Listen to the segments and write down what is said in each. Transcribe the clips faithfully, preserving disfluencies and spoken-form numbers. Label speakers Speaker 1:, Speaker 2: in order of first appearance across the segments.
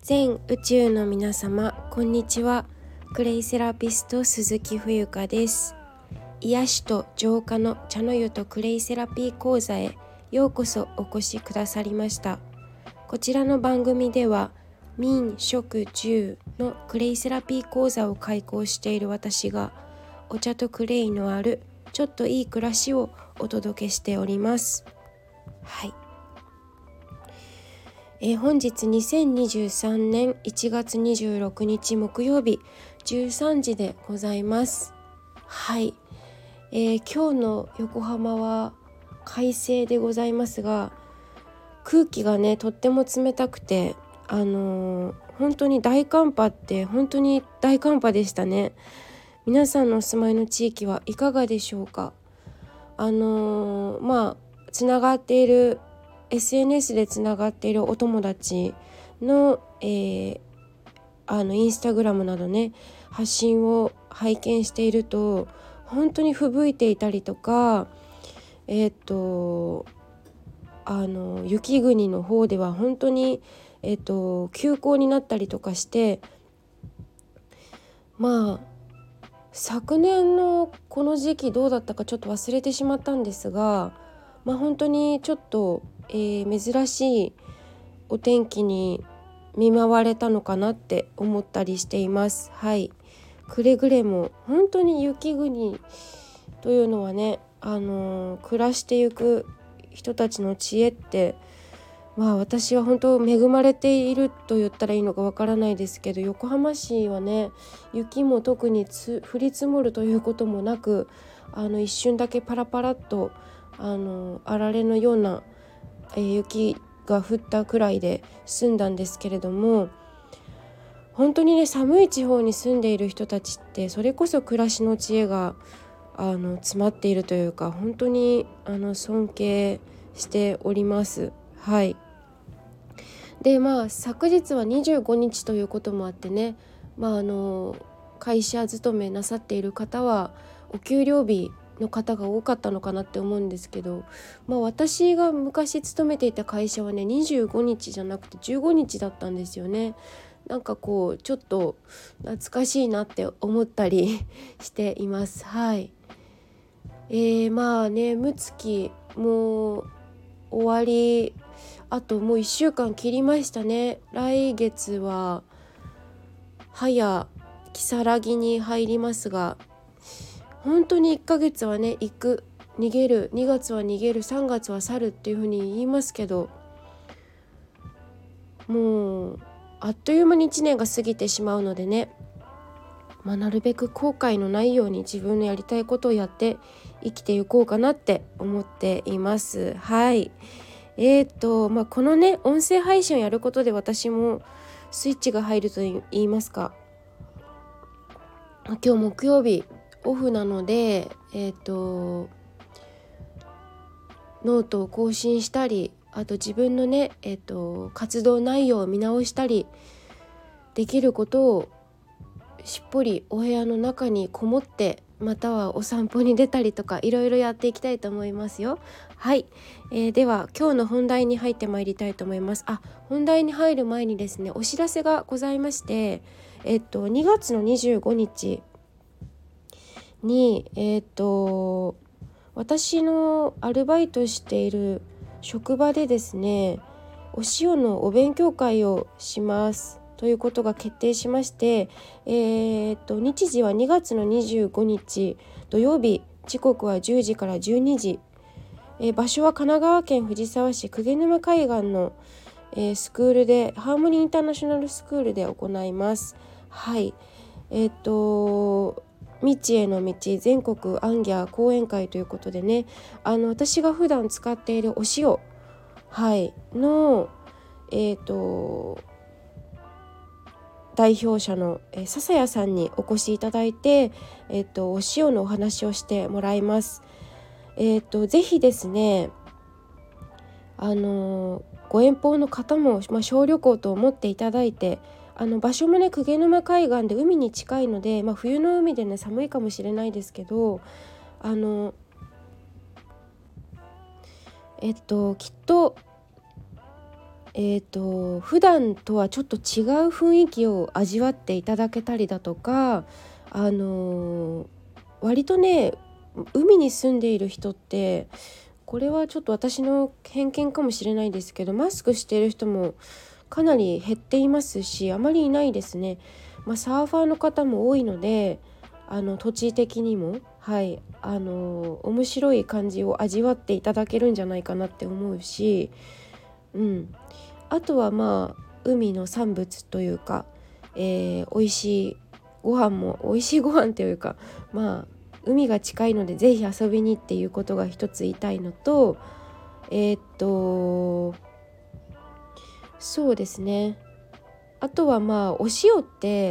Speaker 1: 全宇宙の皆様、こんにちは。クレイセラピスト鈴木冬香です。癒しと浄化の茶の湯とクレイセラピー講座へようこそお越しくださりました。こちらの番組では民食住のクレイセラピー講座を開講している私が、お茶とクレイのあるちょっといい暮らしをお届けしております。はいえー、本日にせんにじゅうさんねんいちがつにじゅうろくにち木曜日じゅうさんじでございます。はい、えー、今日の横浜は快晴でございますが、空気がねとっても冷たくて、あのー、本当に大寒波って本当に大寒波でしたね。皆さんのお住まいの地域はいかがでしょうか。あのー、まあつながっているエスエヌエス でつながっているお友達の、えー、あのインスタグラムなどね発信を拝見していると、本当に吹雪いていたりとか、えっ、とあの雪国の方では本当に、えっ、と休校になったりとかして、まあ昨年のこの時期どうだったかちょっと忘れてしまったんですが、まあ本当にちょっとえー、珍しいお天気に見舞われたのかなって思ったりしています。はい、くれぐれも本当に雪国というのはね、あのー、暮らしていく人たちの知恵って、まあ私は本当恵まれていると言ったらいいのかわからないですけど、横浜市はね雪も特につ降り積もるということもなく、あの一瞬だけパラパラっとあのあられのようなえー、雪が降ったくらいで済んだんですけれども、本当にね寒い地方に住んでいる人たちってそれこそ暮らしの知恵があの詰まっているというか、本当にあの尊敬しております。はい。でまあ昨日はにじゅうごにちということもあってね、まああの会社勤めなさっている方はお給料日の方が多かったのかなって思うんですけど、まあ、私が昔勤めていた会社はねにじゅうごにちじゃなくてじゅうごにちだったんですよね。なんかこうちょっと懐かしいなって思ったりしています。はい。えー、まあねむつきもう終わり、あともういっしゅうかん切りましたね。来月は早如月に入りますが、本当にいっかげつはね行く逃げる、にがつは逃げる、さんがつは去るっていう風に言いますけど、もうあっという間にいちねんが過ぎてしまうのでね、まあ、なるべく後悔のないように自分のやりたいことをやって生きていこうかなって思っています。はい。えーとまあこのね音声配信をやることで私もスイッチが入ると言いますか、今日木曜日オフなので、えーとノートを更新したり、あと自分のね、えーと活動内容を見直したり、できることをしっぽりお部屋の中にこもって、またはお散歩に出たりとかいろいろやっていきたいと思いますよ。はい、えー、では今日の本題に入ってまいりたいと思います。あ、本題に入る前にですねお知らせがございまして、えっとにがつのにじゅうごにちにえっと私のアルバイトしている職場でですね、お塩のお勉強会をしますということが決定しまして、えー、っと日時はにがつのにじゅうごにち土曜日、時刻はじゅうじからじゅうにじ、えー、場所は神奈川県藤沢市鵠沼海岸の、えー、スクールでハーモニーインターナショナルスクールで行います。はい。えー、っと未知への道全国アンギャ講演会ということでね、あの私が普段使っているお塩、はいのえっ、と代表者の笹谷さんにお越しいただいて、えっ、とお塩のお話をしてもらいます。えっ、とぜひですね、あのご遠方の方も、まあ、小旅行と思っていただいて、あの場所もね鵠沼海岸で海に近いので、まあ、冬の海でね寒いかもしれないですけど、あのえっときっとえーと、普段とはちょっと違う雰囲気を味わっていただけたりだとか、あのー割とね海に住んでいる人って、これはちょっと私の偏見かもしれないですけど、マスクしている人もかなり減っていますし、あまりいないですね。まあ、サーファーの方も多いので、あの土地的にも、はい、あの面白い感じを味わっていただけるんじゃないかなって思うし、うん、あとはまあ海の産物というか、えー、美味しいご飯も美味しいご飯というか、まあ海が近いのでぜひ遊びにっていうことが一つ言いたいのと、えー、っとそうですね、あとはまあお塩って、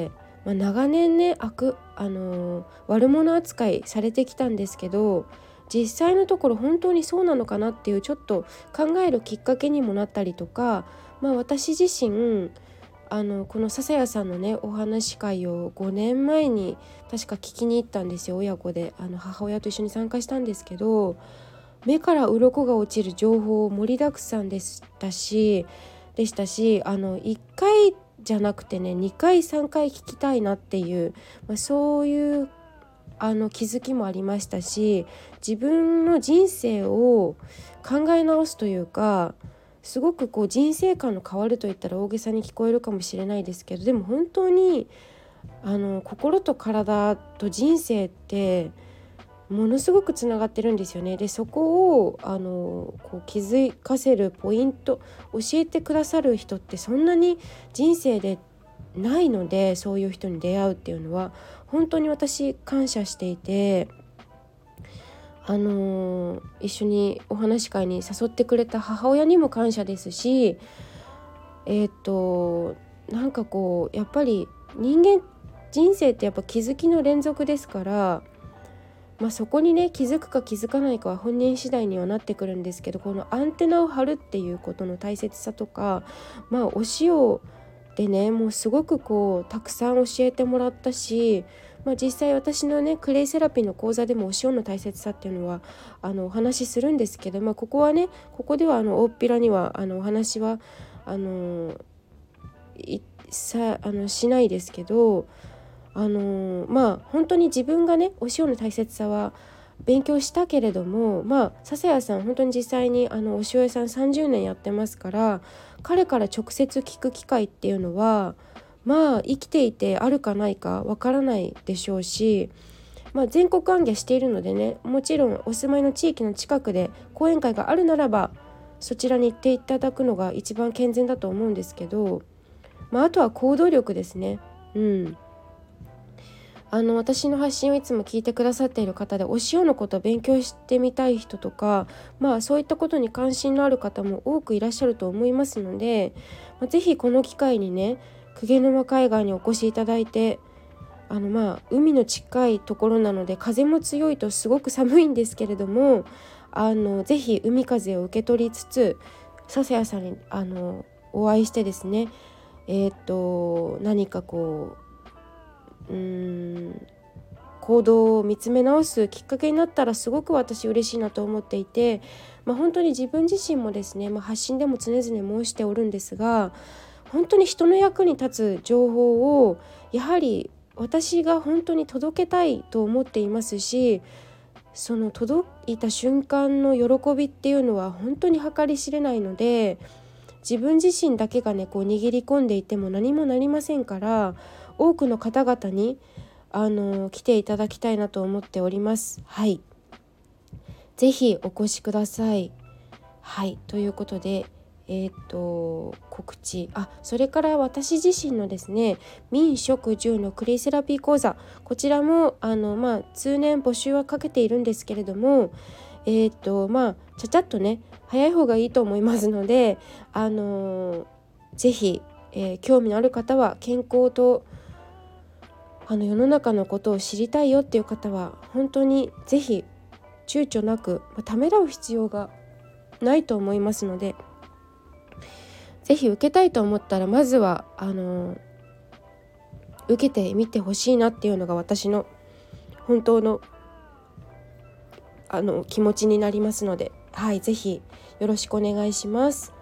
Speaker 1: まあ、長年ね悪、あのー悪者扱いされてきたんですけど、実際のところ本当にそうなのかなっていうちょっと考えるきっかけにもなったりとか、まあ、私自身あのこの笹谷さんのねお話し会をごねんまえに確か聞きに行ったんですよ。親子であの母親と一緒に参加したんですけど、目から鱗が落ちる情報盛りだくさんでしたしでしたしあのいっかいじゃなくてねにかいさんかい聞きたいなっていう、まあ、そういうあの気づきもありましたし、自分の人生を考え直すというか、すごくこう人生観の変わるといったら大げさに聞こえるかもしれないですけど、でも本当にあの心と体と人生ってものすごくつながってるんですよね。でそこをあのこう気づかせるポイント教えてくださる人ってそんなに人生でないので、そういう人に出会うっていうのは本当に私感謝していて、あの一緒にお話し会に誘ってくれた母親にも感謝ですし、えっとなんかこうやっぱり人間人生ってやっぱ気づきの連続ですから、まあ、そこにね気づくか気づかないかは本人次第にはなってくるんですけど、このアンテナを張るっていうことの大切さとか、まあお塩でねもうすごくこうたくさん教えてもらったし、まあ、実際私のねクレイセラピーの講座でもお塩の大切さっていうのはあのお話しするんですけど、まあ、ここはねここではあの大っぴらにはあのお話はあのいさあのしないですけど、あのまあ本当に自分がねお塩の大切さは勉強したけれども、まあ笹谷さん本当に実際にあのお塩屋さんさんじゅうねんやってますから、彼から直接聞く機会っていうのはまあ生きていてあるかないかわからないでしょうし、まあ、全国行脚しているのでね、もちろんお住まいの地域の近くで講演会があるならばそちらに行っていただくのが一番健全だと思うんですけど、まあ、あとは行動力ですね。うんあの私の発信をいつも聞いてくださっている方でお塩のことを勉強してみたい人とか、まあそういったことに関心のある方も多くいらっしゃると思いますので、まあ、ぜひこの機会にね鵠沼海岸にお越しいただいて、あのまあ海の近いところなので風も強いとすごく寒いんですけれども、あのぜひ海風を受け取りつつ笹谷さんにあのお会いしてですね、えー、っと何かこううーん行動を見つめ直すきっかけになったらすごく私嬉しいなと思っていて、まあ、本当に自分自身もですね、まあ、発信でも常々申しておるんですが、本当に人の役に立つ情報をやはり私が本当に届けたいと思っていますし、その届いた瞬間の喜びっていうのは本当に計り知れないので、自分自身だけがねこう握り込んでいても何もなりませんから、多くの方々にあの来ていただきたいなと思っております。はい、ぜひお越しください。はいということでえー、と告知あそれから私自身のですね民食住のクレイセラピー講座、こちらもあの、まあ、通年募集はかけているんですけれども、えー、とまあちゃちゃっとね早い方がいいと思いますので、あのー、ぜひ、えー、興味のある方は健康とあの世の中のことを知りたいよっていう方は本当にぜひ躊躇なく、まあ、ためらう必要がないと思いますので、ぜひ受けたいと思ったらまずはあの受けてみてほしいなっていうのが私の本当のあの気持ちになりますので、はいぜひよろしくお願いします。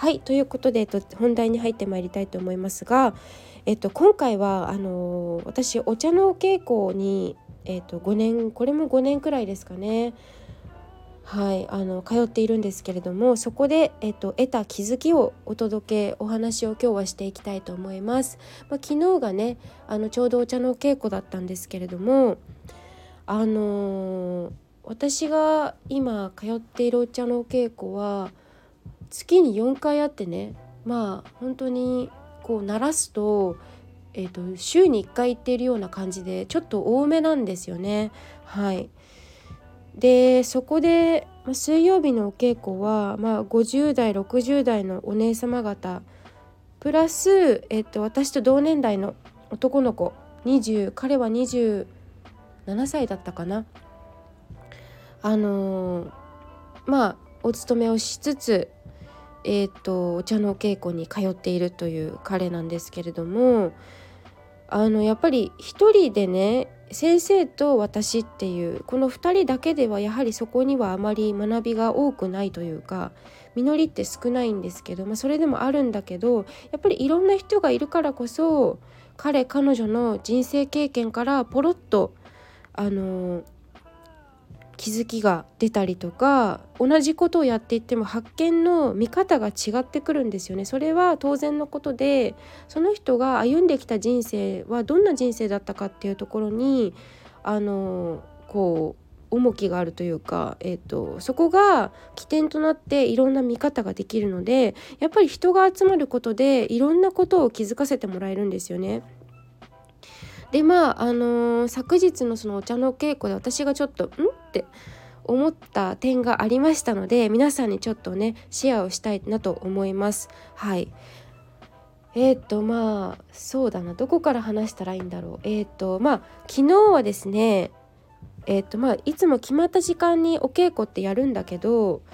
Speaker 1: はい、ということで、えっと、本題に入ってまいりたいと思いますが、えっと、今回はあのー私お茶のお稽古に、えっと、ごねんこれもごねんくらいですかね、はい、あの通っているんですけれども、そこで、えっと、得た気づきをお届けお話を今日はしていきたいと思います。まあ、昨日がねあのちょうどお茶のお稽古だったんですけれども、あのー私が今通っているお茶のお稽古は月によんかいあってね、まあ本当にこう鳴らすと、えーと、週にいっかい行っているような感じでちょっと多めなんですよね。はい。でそこで、まあ、水曜日のお稽古は、まあ、ごじゅう代ろくじゅう代のお姉様方プラス、えーと、私と同年代の男の子にじゅう、彼はにじゅうななさいだったかな、あのーまあお勤めをしつつ、えーと、お茶のお稽古に通っているという彼なんですけれども、あのやっぱり一人でね先生と私っていうこのふたりだけではやはりそこにはあまり学びが多くないというか、実りって少ないんですけど、まあ、それでもあるんだけど、やっぱりいろんな人がいるからこそ彼彼女の人生経験からポロッとあの気づきが出たりとか、同じことをやっていっても発見の見方が違ってくるんですよね。それは当然のことで、その人が歩んできた人生はどんな人生だったかっていうところにあのこう重きがあるというか、えーと、そこが起点となっていろんな見方ができるので、やっぱり人が集まることでいろんなことを気づかせてもらえるんですよね。でまああのー昨日のそのお茶の稽古で私がちょっとんって思った点がありましたので、皆さんにちょっとねシェアをしたいなと思います。はい。えー、っとまあそうだな、どこから話したらいいんだろう。えー、っとまあ昨日はですね、えー、っとまあいつも決まった時間にお稽古ってやるんだけど、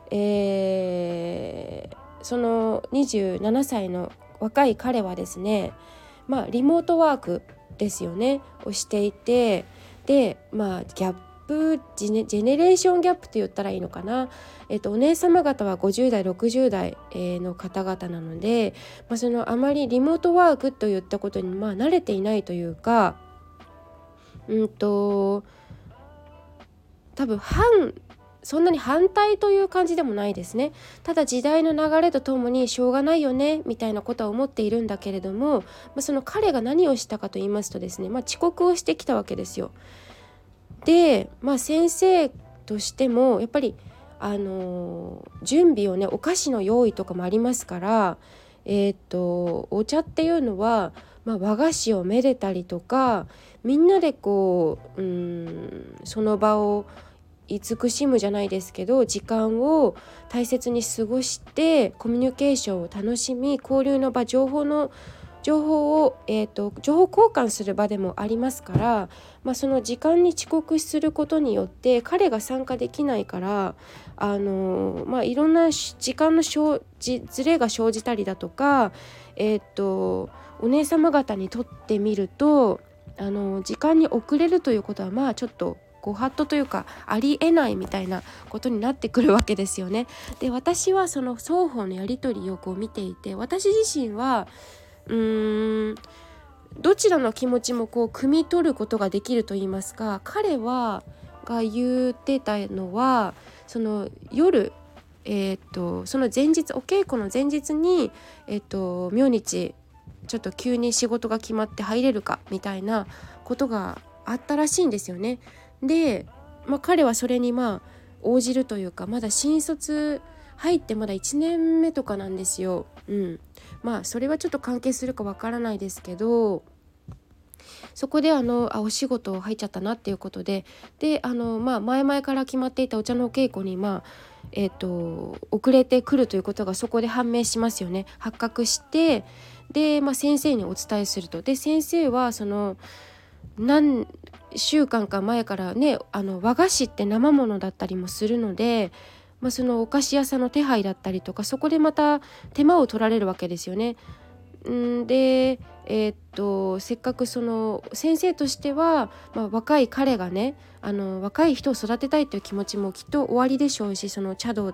Speaker 1: えー、そのにじゅうななさいの若い彼はですね、まあリモートワークですよねをしていて、でまあギャップジネ、ジェネレーションギャップと言ったらいいのかな、えっと、お姉様方はごじゅう代ろくじゅう代の方々なので、まあ、そのあまりリモートワークといったことにまあ慣れていないというか、うんと多分反そんなに反対という感じでもないですね。ただ時代の流れとともにしょうがないよねみたいなことは思っているんだけれども、まあ、その彼が何をしたかと言いますとですね、まあ、遅刻をしてきたわけですよ。で、まあ、先生としてもやっぱり、あのー準備をねお菓子の用意とかもありますから、えー、とお茶っていうのは、まあ、和菓子をめでたりとか、みんなでこう、うーんその場を慈しむじゃないですけど時間を大切に過ごしてコミュニケーションを楽しみ、交流の場、情報の情報を、えーと、情報交換する場でもありますから、まあ、その時間に遅刻することによって彼が参加できないから、あのーまあ、いろんな時間の生じずれが生じたりだとか、えーと、お姉様方にとってみると、あのー時間に遅れるということはまあちょっとご法度というかありえないみたいなことになってくるわけですよね。で私はその双方のやり取りをこう見ていて、私自身はうーんどちらの気持ちもこう汲み取ることができると言いますか、彼はが言ってたのはその夜、えー、とその前日お稽古の前日に、えー、と明日ちょっと急に仕事が決まって入れるかみたいなことがあったらしいんですよね。で、まあ、彼はそれにまあ応じるというか、まだ新卒入ってまだいちねんめとかなんですよ。うん、まあそれはちょっと関係するかわからないですけど、そこであのあお仕事入っちゃったなっていうことで、であの、まあ、前々から決まっていたお茶のお稽古に、まあえー、と遅れてくるということがそこで判明しますよね。発覚して、で、まあ、先生にお伝えすると。で先生はその何週間か前からね、あの和菓子って生ものだったりもするので、まあ、そのお菓子屋さんの手配だったりとか、そこでまた手間を取られるわけですよね。んで、えーっとせっかくその先生としては、まあ、若い彼がね、あの若い人を育てたいという気持ちもきっとおありでしょうし、その茶道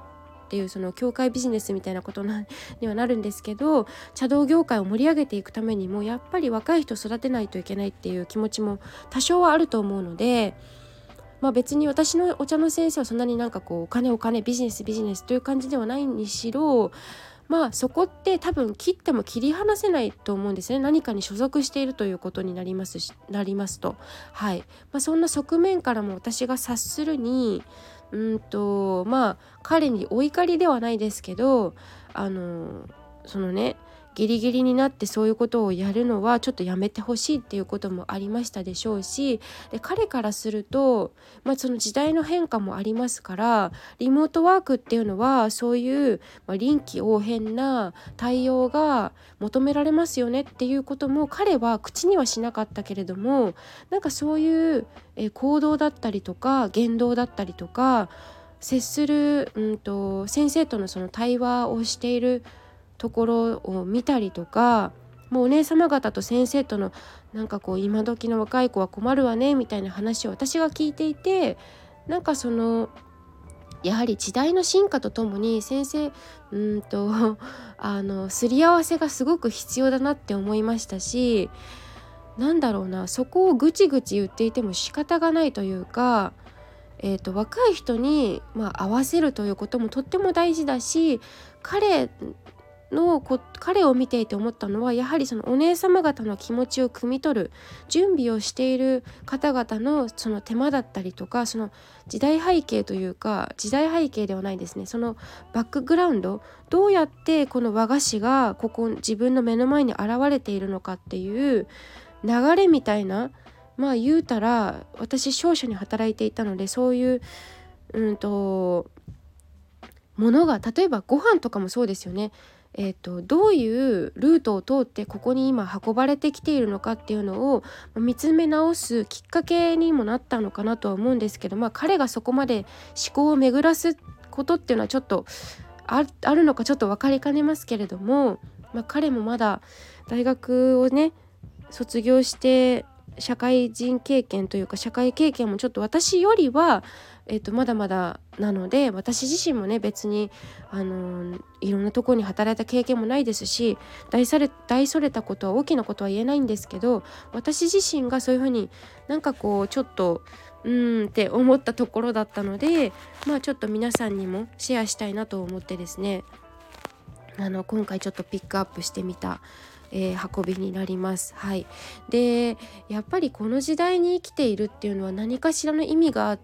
Speaker 1: っていう、その教会ビジネスみたいなことなにはなるんですけど、茶道業界を盛り上げていくためにもやっぱり若い人を育てないといけないっていう気持ちも多少はあると思うので、まあ、別に私のお茶の先生はそんなになんかこうお金お金ビジネスビジネスという感じではないにしろ、まあそこって多分切っても切り離せないと思うんですね。何かに所属しているということになりますしなりますと、はい、まあ、そんな側面からも私が察するに、うんとまあ彼にお怒りではないですけど、あのそのねギリギリになってそういうことをやるのはちょっとやめてほしいっていうこともありましたでしょうし、で彼からすると、まあ、その時代の変化もありますから、リモートワークっていうのはそういう、まあ、臨機応変な対応が求められますよねっていうことも彼は口にはしなかったけれども、なんかそういうえ行動だったりとか言動だったりとか接する、うんと、先生とのその対話をしているところを見たりとか、もうお姉様方と先生とのなんかこう今時の若い子は困るわねみたいな話を私が聞いていて、なんかそのやはり時代の進化とともに先生うんとあのすり合わせがすごく必要だなって思いましたし、なんだろうな、そこをぐちぐち言っていても仕方がないというか、えーと、若い人に、まあ、合わせるということもとっても大事だし、彼のこ彼を見ていて思ったのは、やはりそのお姉様方の気持ちを汲み取る準備をしている方々のその手間だったりとか、その時代背景というか、時代背景ではないですね、そのバックグラウンド、どうやってこの和菓子がここ自分の目の前に現れているのかっていう流れみたいな、まあ言うたら私商社に働いていたので、そういううんとものが、例えばご飯とかもそうですよね。えーと、どういうルートを通ってここに今運ばれてきているのかっていうのを見つめ直すきっかけにもなったのかなとは思うんですけど、まあ彼がそこまで思考を巡らすことっていうのはちょっと あ, あるのかちょっと分かりかねますけれども、まあ、彼もまだ大学をね卒業して社会人経験というか社会経験もちょっと私よりは、えー、とまだまだなので、私自身もね別に、あのー、いろんなところに働いた経験もないですし、大それ大それたことは大きなことは言えないんですけど、私自身がそういうふうになんかこうちょっとうーんって思ったところだったので、まあちょっと皆さんにもシェアしたいなと思ってですね、あの今回ちょっとピックアップしてみたえー、運びになります。はい、でやっぱりこの時代に生きているっていうのは何かしらの意味があって、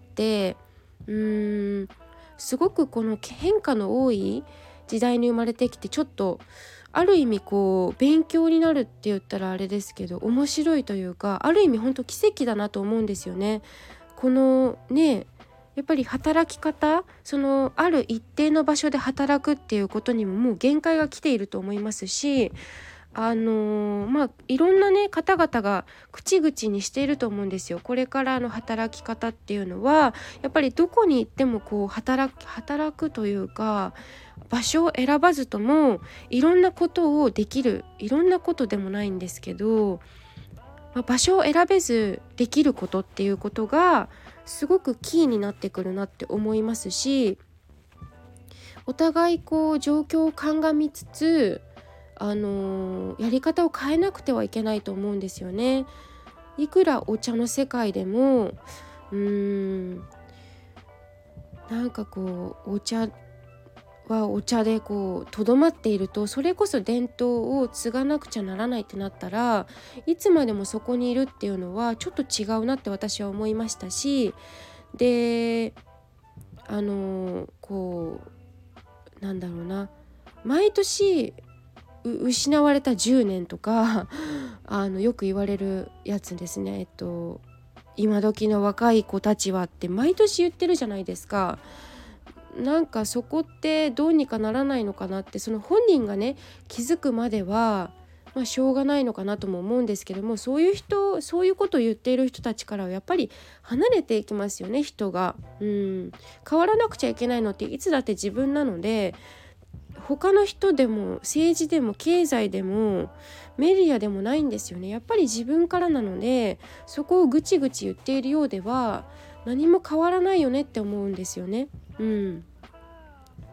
Speaker 1: うーんすごくこの変化の多い時代に生まれてきて、ちょっとある意味こう勉強になるって言ったらあれですけど、面白いというか、ある意味本当奇跡だなと思うんですよね。このねやっぱり働き方、そのある一定の場所で働くっていうことにももう限界が来ていると思いますし、あのー、まあいろんなね方々が口々にしていると思うんですよ。これからの働き方っていうのはやっぱりどこに行ってもこう働く働くというか、場所を選ばずともいろんなことをできる、いろんなことでもないんですけど、まあ、場所を選べずできることっていうことがすごくキーになってくるなって思いますし、お互いこう状況を鑑みつつあのー、やり方を変えなくてはいけないと思うんですよね。いくらお茶の世界でもうーんなんかこうお茶はお茶でこうとどまっていると、それこそ伝統を継がなくちゃならないってなったらいつまでもそこにいるっていうのはちょっと違うなって私は思いましたし、であのー、こうなんだろうな、毎年失われたじゅうねんとかあのよく言われるやつですね。えっと今時の若い子たちはって毎年言ってるじゃないですか。なんかそこってどうにかならないのかなって、その本人がね気づくまではまあしょうがないのかなとも思うんですけども、そういう人そういうことを言っている人たちからはやっぱり離れていきますよね、人が。うん変わらなくちゃいけないのっていつだって自分なので、他の人でも政治でも経済でもメディアでもないんですよね。やっぱり自分からなので、そこをぐちぐち言っているようでは何も変わらないよねって思うんですよね。うん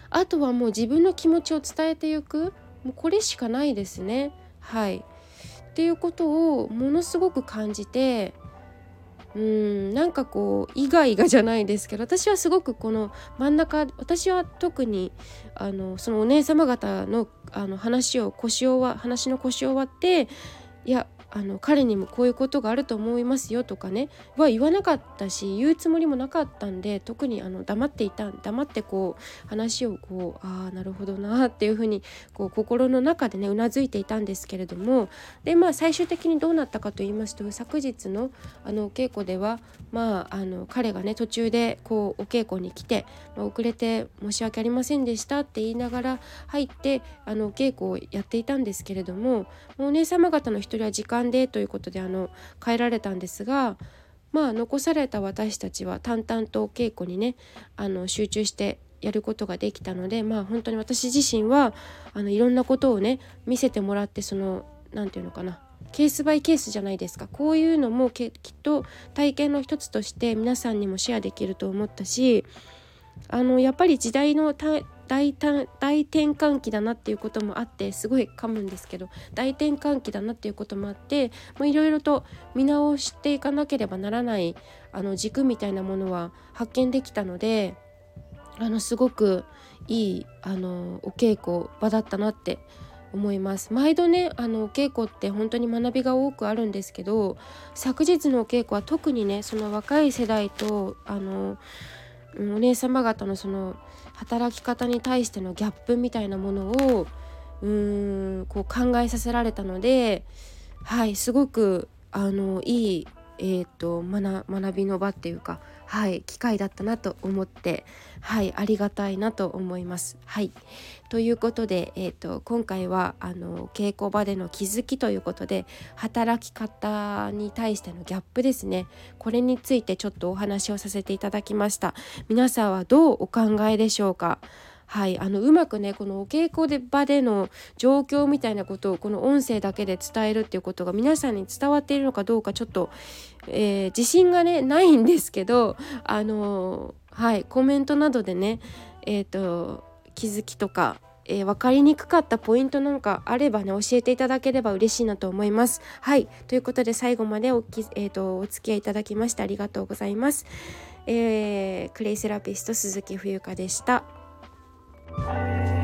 Speaker 1: あとはもう自分の気持ちを伝えていく、もうこれしかないですね。はいっていうことをものすごく感じて、うーんなんかこうイガイガじゃないですけど、私はすごくこの真ん中、私は特にあのそのお姉様方のあの話を腰をわ話の腰を割って、いやあの彼にもこういうことがあると思いますよとかねは言わなかったし、言うつもりもなかったんで、特にあの黙っていた黙ってこう話をこうああなるほどなっていうふうにこう心の中でねうなずいていたんですけれども、でまあ最終的にどうなったかと言いますと、昨日のあのお稽古ではまああの彼がね途中でこうお稽古に来て、まあ、遅れて申し訳ありませんでしたって言いながら入ってあのお稽古をやっていたんですけれども、もうお姉様方の一人は時間でということであの帰られたんですが、まあ残された私たちは淡々とお稽古にねあの集中してやることができたので、まあ本当に私自身はあのいろんなことをね見せてもらって、そのなんていうのかな、ケースバイケースじゃないですか。こういうのもきっと体験の一つとして皆さんにもシェアできると思ったし、あのやっぱり時代の大大大転換期だなっていうこともあって、すごい噛むんですけど、大転換期だなっていうこともあって、いろいろと見直していかなければならないあの軸みたいなものは発見できたので、あのすごくいいあのお稽古場だったなって思います。毎度ねあのお稽古って本当に学びが多くあるんですけど、昨日のお稽古は特にねその若い世代とあのお姉様方のその働き方に対してのギャップみたいなものをうーんこう考えさせられたので、はいすごくあのいい、えー、と学, 学びの場っていうか、はい機会だったなと思って、はいありがたいなと思います。はいということで、えー、と今回はあの稽古場での気づきということで、働き方に対してのギャップですね、これについてちょっとお話をさせていただきました。皆さんはどうお考えでしょうか。はい、あのうまくねこのお稽古で場での状況みたいなことをこの音声だけで伝えるっていうことが皆さんに伝わっているのかどうかちょっと、えー、自信がねないんですけど、あのー、はいコメントなどでねえーと気づきとか、えー、分かりにくかったポイントなんかあればね教えていただければ嬉しいなと思います。はいということで最後までおき、えーとお付き合いいただきましてありがとうございます。えー、クレイセラピスト鈴木冬香でした。